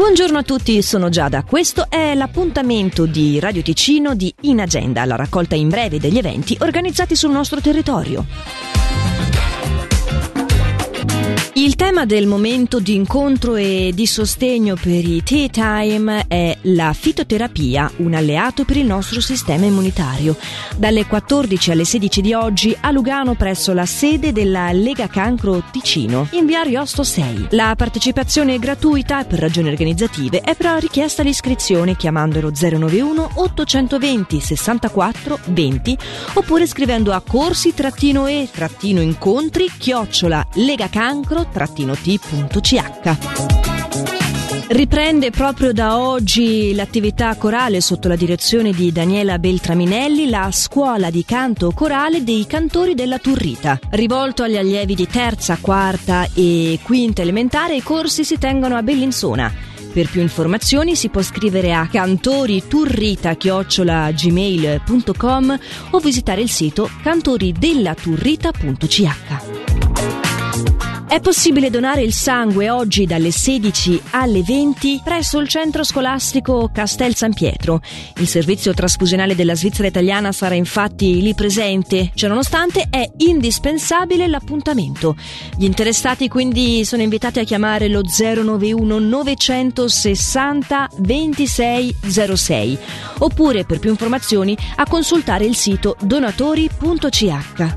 Buongiorno a tutti, sono Giada. Questo è l'appuntamento di Radio Ticino di In Agenda, la raccolta in breve degli eventi organizzati sul nostro territorio. Il tema del momento di incontro e di sostegno per i Tea Time è la fitoterapia, un alleato per il nostro sistema immunitario. Dalle 14 alle 16 di oggi a Lugano presso la sede della Lega Cancro Ticino, in via Ariosto 6. La partecipazione è gratuita e per ragioni organizzative è però richiesta l'iscrizione chiamando lo 091 820 64 20 oppure scrivendo a corsi-incontri@legacancro-t.ch. Riprende proprio da oggi l'attività corale sotto la direzione di Daniela Beltraminelli la scuola di canto corale dei cantori della Turrita. Rivolto agli allievi di terza, quarta e quinta elementare, i corsi si tengono a Bellinzona. Per più informazioni si può scrivere a cantoriturrita@gmail.com o visitare il sito cantoridellaturrita.ch. È possibile donare il sangue oggi dalle 16 alle 20 presso il centro scolastico Castel San Pietro. Il servizio trasfusionale della Svizzera italiana sarà infatti lì presente. Ciononostante è indispensabile l'appuntamento. Gli interessati quindi sono invitati a chiamare lo 091 960 2606 oppure per più informazioni a consultare il sito donatori.ch.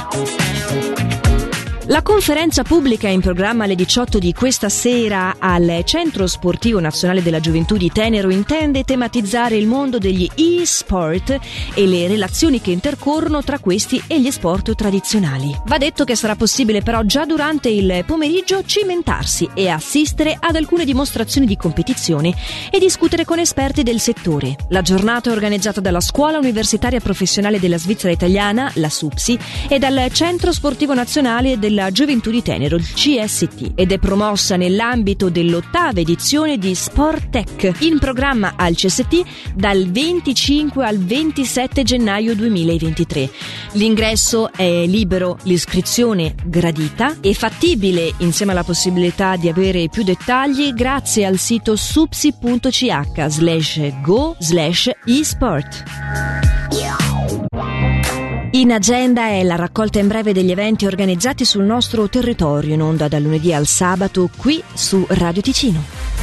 La conferenza pubblica in programma alle 18 di questa sera al Centro Sportivo Nazionale della Gioventù di Tenero intende tematizzare il mondo degli e-sport e le relazioni che intercorrono tra questi e gli sport tradizionali. Va detto che sarà possibile però già durante il pomeriggio cimentarsi e assistere ad alcune dimostrazioni di competizione e discutere con esperti del settore. La giornata è organizzata dalla Scuola Universitaria Professionale della Svizzera Italiana, la SUPSI, e dal Centro Sportivo Nazionale della Gioventù di Tenero, il CST, ed è promossa nell'ambito dell'8ª edizione di Sporttech, in programma al CST dal 25 al 27 gennaio 2023. L'ingresso è libero, l'iscrizione gradita e fattibile, insieme alla possibilità di avere più dettagli grazie al sito supsi.ch/go/esport. In Agenda è la raccolta in breve degli eventi organizzati sul nostro territorio, in onda dal lunedì al sabato qui su Radio Ticino.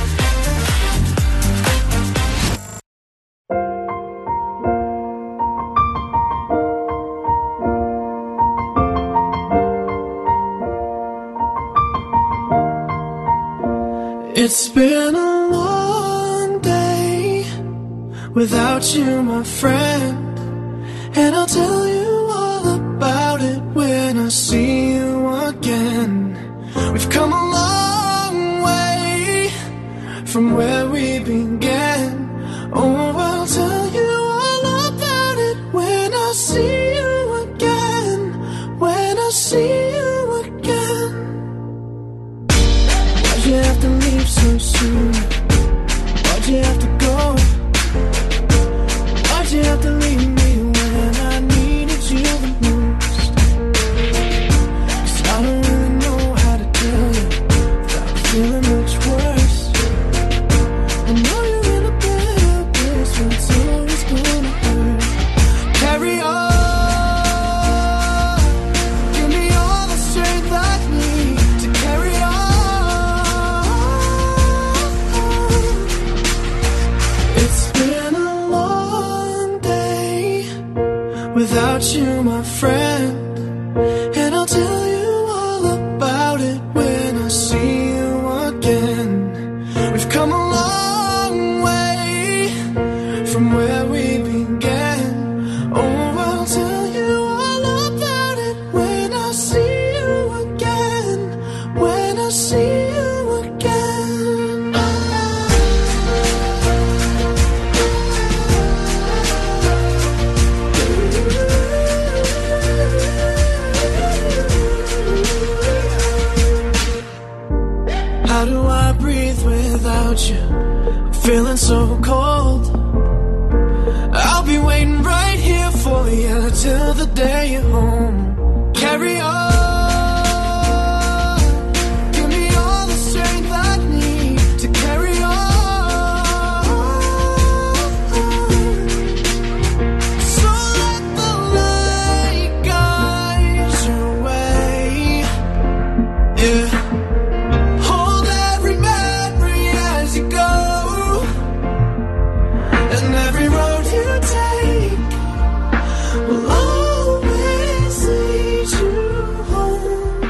It's been a long day without you, my friend, and I'll tell you about it when I see you again. We've come a long way from where we began. Oh, I'll tell you all about it when I see you again. When I see you again. Why'd you have to leave so soon? Why'd you have to go? Why'd you have to leave me? Without you, my friend, and I'll tell you all about it when I see you again. We've come a long way from where we began. Oh, I'll tell you all about it when I see you again. When I see you again. How do I breathe without you? I'm feeling so cold. I'll be waiting right here for you till the day you're home. Carry on. Give me all the strength I need to carry on. yeah. Hold every memory as you go, and every road you take will always lead you home.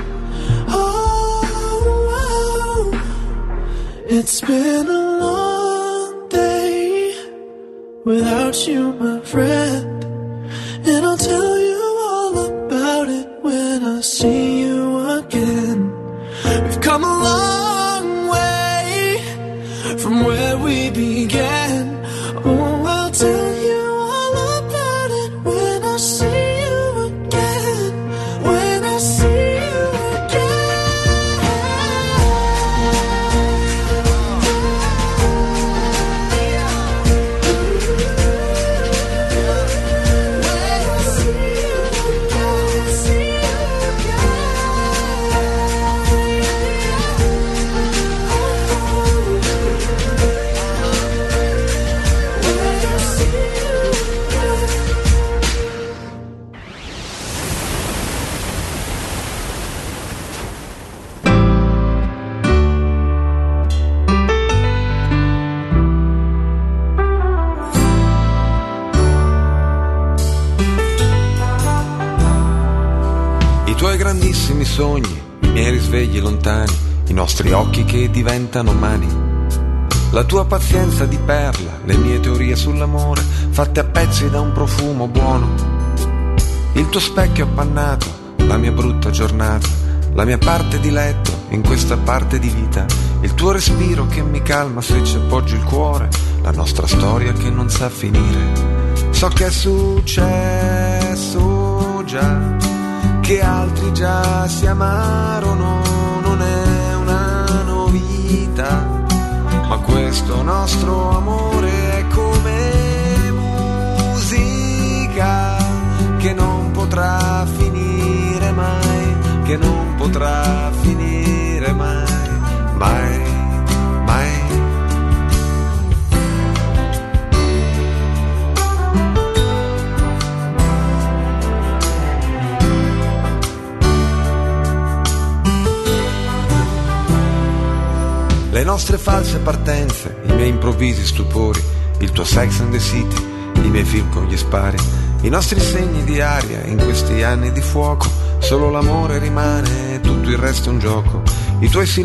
Oh, it's been a long day without you, my friend, and I'll tell you all about it when I see you again. We've come a long way from where we began. Oh, I'll tell you all about it when I see you again. When I see you I tuoi grandissimi sogni, i miei risvegli lontani, i nostri occhi che diventano mani, la tua pazienza di perla, le mie teorie sull'amore fatte a pezzi da un profumo buono, il tuo specchio appannato, la mia brutta giornata, la mia parte di letto in questa parte di vita, il tuo respiro che mi calma se ci appoggio il cuore, la nostra storia che non sa finire. So che è successo già, che altri già si amarono, non è una novità, ma questo nostro amore è come musica che non potrà finire mai, che non potrà finire mai, mai, mai. Le nostre false partenze, i miei improvvisi stupori, il tuo Sex and the City, i miei film con gli spari, i nostri segni di aria in questi anni di fuoco, solo l'amore rimane, tutto il resto è un gioco, i tuoi